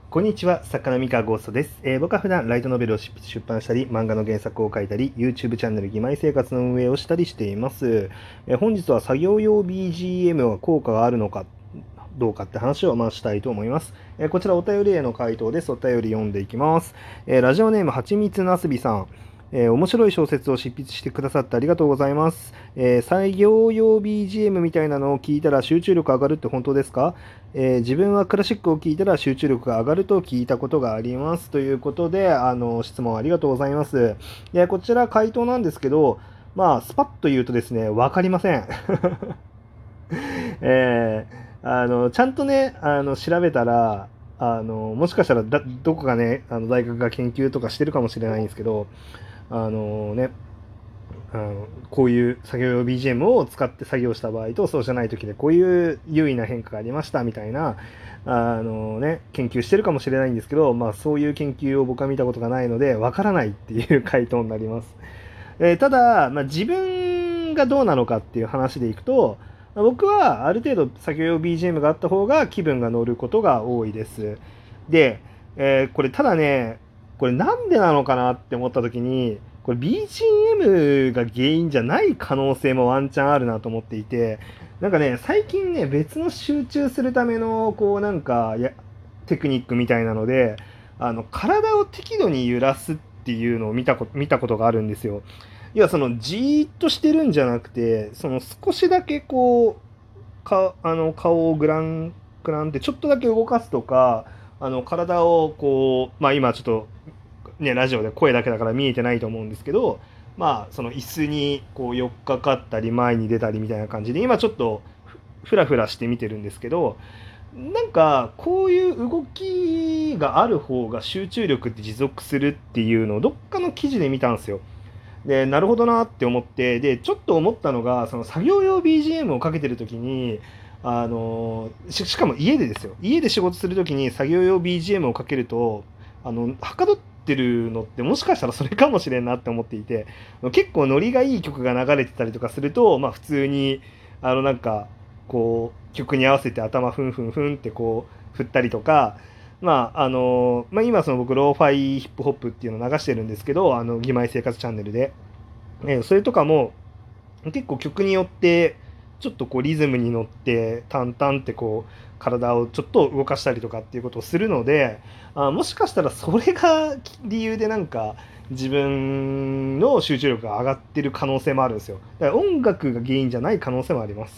こんにちは、作家の三河ゴーストです。僕は普段ライトノベルを出版したり、漫画の原作を書いたり、YouTube チャンネル義妹生活の運営をしたりしています。本日は作業用 BGM は効果があるのかどうかって話をしたいと思います。こちらお便りへの回答です。お便り読んでいきます。ラジオネームはちみつなすびさん。面白い小説を執筆してくださってありがとうございます。作業用 BGM みたいなのを聞いたら集中力上がるって本当ですか？自分はクラシックを聞いたら集中力が上がると聞いたことがありますということで、質問ありがとうございます。こちら回答なんですけど、スパッと言うとですね、わかりません。ちゃんとね、調べたら、もしかしたらどこかね、大学が研究とかしてるかもしれないんですけど、あのね、こういう作業用 BGM を使って作業した場合とそうじゃない時でこういう優位な変化がありましたみたいな研究してるかもしれないんですけど、そういう研究を僕は見たことがないのでわからないっていう回答になります。ただ、自分がどうなのかっていう話でいくと、僕はある程度作業用 BGM があった方が気分が乗ることが多いです。で、これただね、これなんでなのかなって思った時に、これ BGM が原因じゃない可能性もワンチャンあるなと思っていて、なんかね、最近ね、別の集中するための、テクニックみたいなので、体を適度に揺らすっていうのを見たことがあるんですよ。要はその、じーっとしてるんじゃなくて、その少しだけこう、顔をグランってちょっとだけ動かすとか、体をこう、今ちょっとね、ラジオで声だけだから見えてないと思うんですけど、その椅子にこう寄っかかったり前に出たりみたいな感じで、今ちょっとフラフラして見てるんですけど、なんかこういう動きがある方が集中力って持続するっていうのをどっかの記事で見たんですよ。で、なるほどなって思って、で、ちょっと思ったのが、その作業用 BGM をかけてるときに、しかも家でですよ。家で仕事するときに作業用 BGM をかけると、はかどってるのってもしかしたらそれかもしれんなって思っていて、結構ノリがいい曲が流れてたりとかすると、普通に、曲に合わせて頭ふんふんふんってこう、振ったりとか、今その僕ローファイヒップホップっていうのを流してるんですけど、義妹生活チャンネルで、それとかも結構曲によってちょっとこうリズムに乗ってタンタンってこう体をちょっと動かしたりとかっていうことをするので、もしかしたらそれが理由でなんか自分の集中力が上がってる可能性もあるんですよ。だから音楽が原因じゃない可能性もあります。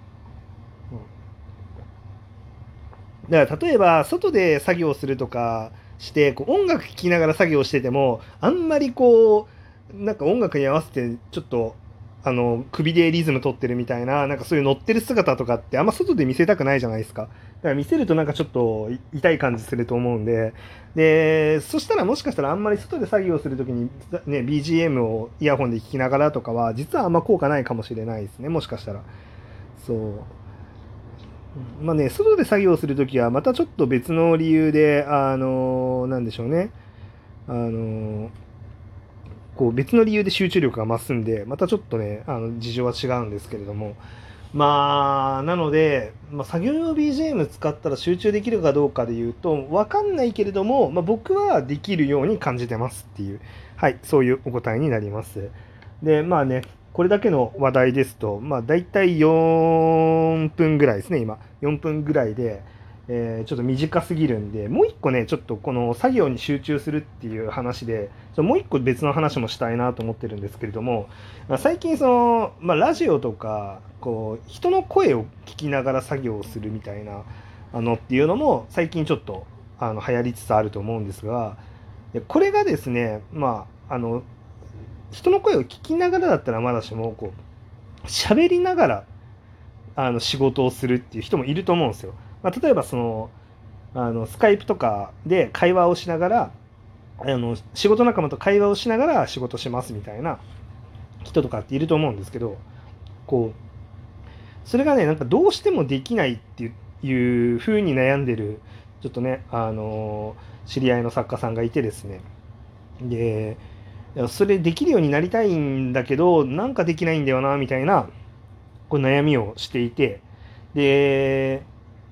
だから例えば外で作業するとかしてこう音楽聴きながら作業しててもあんまりこうなんか音楽に合わせてちょっと首でリズム取ってるみたいななんかそういう乗ってる姿とかってあんま外で見せたくないじゃないですか。だから見せるとなんかちょっと痛い感じすると思うんで、そしたらもしかしたらあんまり外で作業するときにね BGM をイヤホンで聴きながらとかは実はあんま効果ないかもしれないですね、もしかしたら。そう。外で作業するときはまたちょっと別の理由で、なんでしょうね。あのこう別の理由で集中力が増すんで、またちょっとね、事情は違うんですけれども。なので、作業用 BGM 使ったら集中できるかどうかで言うと、わかんないけれども、僕はできるように感じてますっていう、はい、そういうお答えになります。で、これだけの話題ですと、だいたい4分ぐらいですね、今。4分ぐらいで、ちょっと短すぎるんで、もう一個ね、ちょっとこの作業に集中するっていう話で、もう一個別の話もしたいなと思ってるんですけれども、最近その、ラジオとか、こう、人の声を聞きながら作業をするみたいな、っていうのも、最近ちょっと、流行りつつあると思うんですが、これがですね、人の声を聞きながらだったらまだしも、こう、喋りながら、仕事をするっていう人もいると思うんですよ。例えばその、スカイプとかで会話をしながら、仕事仲間と会話をしながら仕事しますみたいな人とかっていると思うんですけど、こう、それがね、なんかどうしてもできないっていう風に悩んでる、ちょっとね、知り合いの作家さんがいてですね。で、それできるようになりたいんだけど、なんかできないんだよな、みたいな、こう悩みをしていて、で、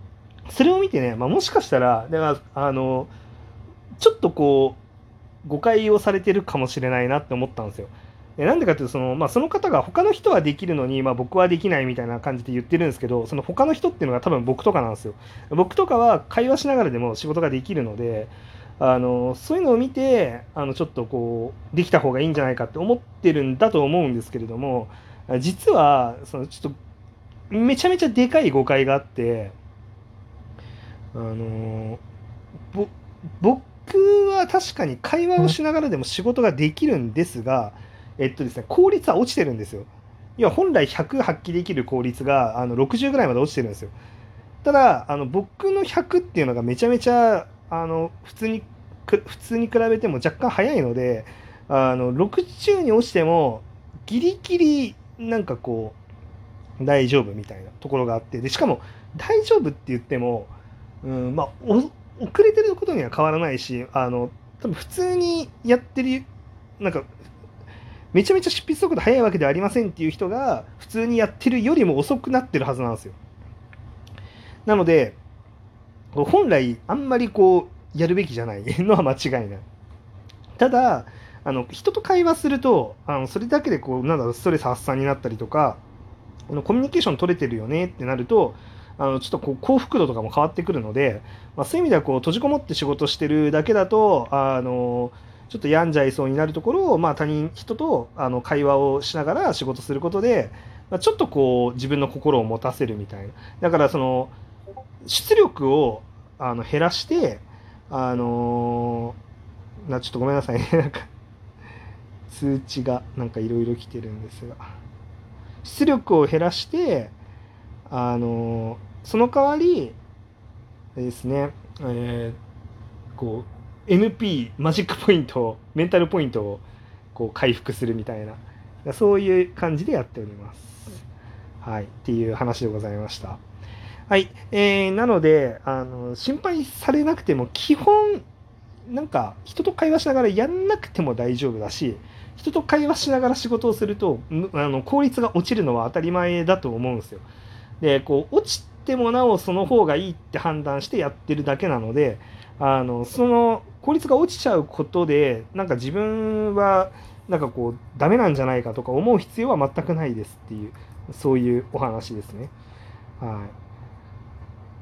それを見てね、もしかしたらだからちょっとこう誤解をされてるかもしれないなって思ったんですよ。なんでかっていうとその方が他の人はできるのに、僕はできないみたいな感じで言ってるんですけど、その他の人っていうのが多分僕とかなんですよ。僕とかは会話しながらでも仕事ができるので、そういうのを見てちょっとこうできた方がいいんじゃないかって思ってるんだと思うんですけれども、実はちょっとめちゃめちゃでかい誤解があって、あのぼ僕は確かに会話をしながらでも仕事ができるんですが、ですね、効率は落ちてるんですよ。要は本来100発揮できる効率が60ぐらいまで落ちてるんですよ。ただ僕の100っていうのがめちゃめちゃ普通に比べても若干早いので、60に落ちてもギリギリなんかこう大丈夫みたいなところがあって、でしかも大丈夫って言っても、遅れてることには変わらないし、多分普通にやってる、なんかめちゃめちゃ執筆速度速いわけではありませんっていう人が普通にやってるよりも遅くなってるはずなんですよ。なので本来あんまりこうやるべきじゃないのは間違いない。ただ人と会話するとそれだけでこうストレス発散になったりとか、コミュニケーション取れてるよねってなるとちょっとこう幸福度とかも変わってくるので、そういう意味ではこう閉じこもって仕事してるだけだとちょっと病んじゃいそうになるところを、人と会話をしながら仕事することで、ちょっとこう自分の心を持たせるみたいな。だから出力を減らしてちょっとごめんなさいねなんか通知がなんかいろいろ来てるんですが、出力を減らしてその代わりですね、こう MP マジックポイントメンタルポイントをこう回復するみたいな、そういう感じでやっております。はい、っていう話でございました。はい、なので心配されなくても基本なんか人と会話しながらやんなくても大丈夫だし、人と会話しながら仕事をすると効率が落ちるのは当たり前だと思うんですよ。でこう落ちてもなおその方がいいって判断してやってるだけなので、その効率が落ちちゃうことでなんか自分はなんかこうダメなんじゃないかとか思う必要は全くないですっていう、そういうお話ですね。はい。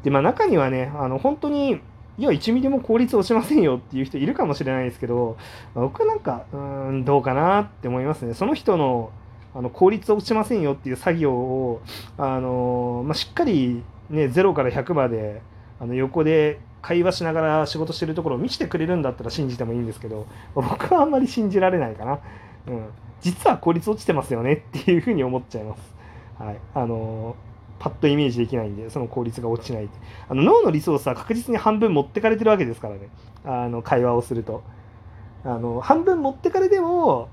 で中にはね本当にいや1ミリも効率落ちませんよっていう人いるかもしれないですけど、僕はなんかどうかなって思いますね。その人の効率落ちませんよっていう作業をしっかり、ね、0から100まで横で会話しながら仕事してるところを見せてくれるんだったら信じてもいいんですけど、僕はあんまり信じられないかな。実は効率落ちてますよねっていうふうに思っちゃいます。はい。パッとイメージできないんで、その効率が落ちないって。脳のリソースは確実に半分持ってかれてるわけですからね。会話をすると。半分持ってかれても、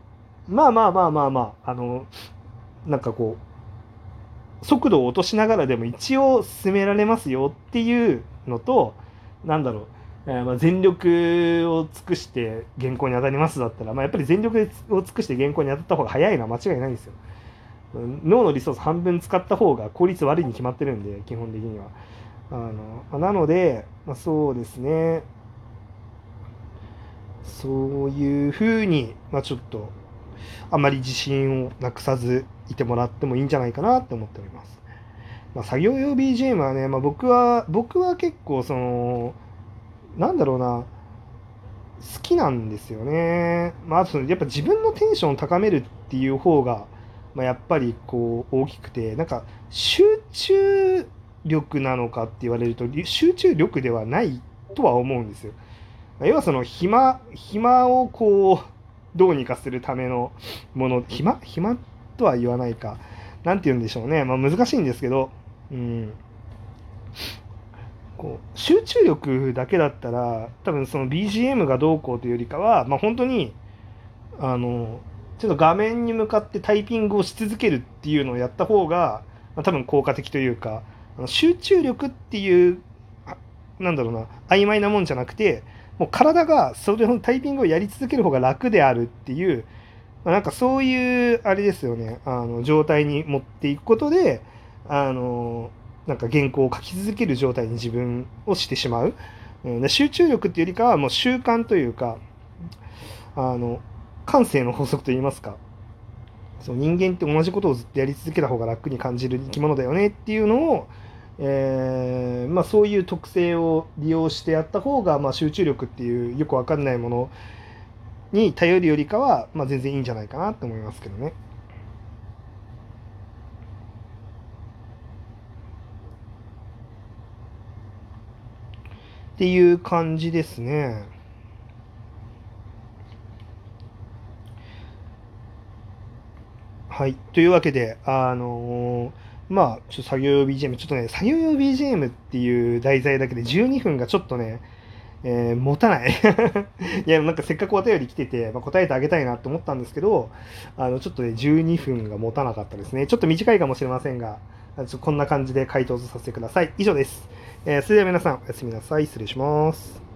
なんかこう、速度を落としながらでも一応進められますよっていうのと、なんだろう、全力を尽くして原稿に当たりますだったら、やっぱり全力を尽くして原稿に当たった方が早いのは間違いないんですよ。脳のリソース半分使った方が効率悪いに決まってるんで、基本的には。なので、そうですね、そういうふうに、ちょっとあまり自信をなくさずいてもらってもいいんじゃないかなって思っております。作業用 BGM はね、僕は結構なんだろうな、好きなんですよね。あとやっぱ自分のテンションを高めるっていう方が、やっぱりこう大きくて、なんか集中力なのかって言われると集中力ではないとは思うんですよ。要は暇をこうどうにかするためのもの、暇とは言わないか、なんて言うんでしょうね。難しいんですけど、こう集中力だけだったら多分その BGM がどうこうというよりかは、本当にちょっと画面に向かってタイピングをし続けるっていうのをやった方が、多分効果的というか、集中力っていうなんだろうな、曖昧なもんじゃなくて、もう体がそれのタイピングをやり続ける方が楽であるっていう、なんかそういうあれですよね、状態に持っていくことでなんか原稿を書き続ける状態に自分をしてしまう。で集中力っていうよりかはもう習慣というか、感性の法則といいますか、その人間って同じことをずっとやり続けた方が楽に感じる生き物だよねっていうのを、そういう特性を利用してやった方が、集中力っていうよくわかんないものに頼るよりかは、全然いいんじゃないかなと思いますけどね。っていう感じですね。はい。というわけで、ちょっと作業用 BGM、ちょっとね、作業用 BGM っていう題材だけで12分がちょっとね、持たないいや、なんかせっかくお便り来てて、答えてあげたいなと思ったんですけど、ちょっとね、12分が持たなかったですね。ちょっと短いかもしれませんが、こんな感じで回答させてください。以上です。それでは皆さん、おやすみなさい。失礼します。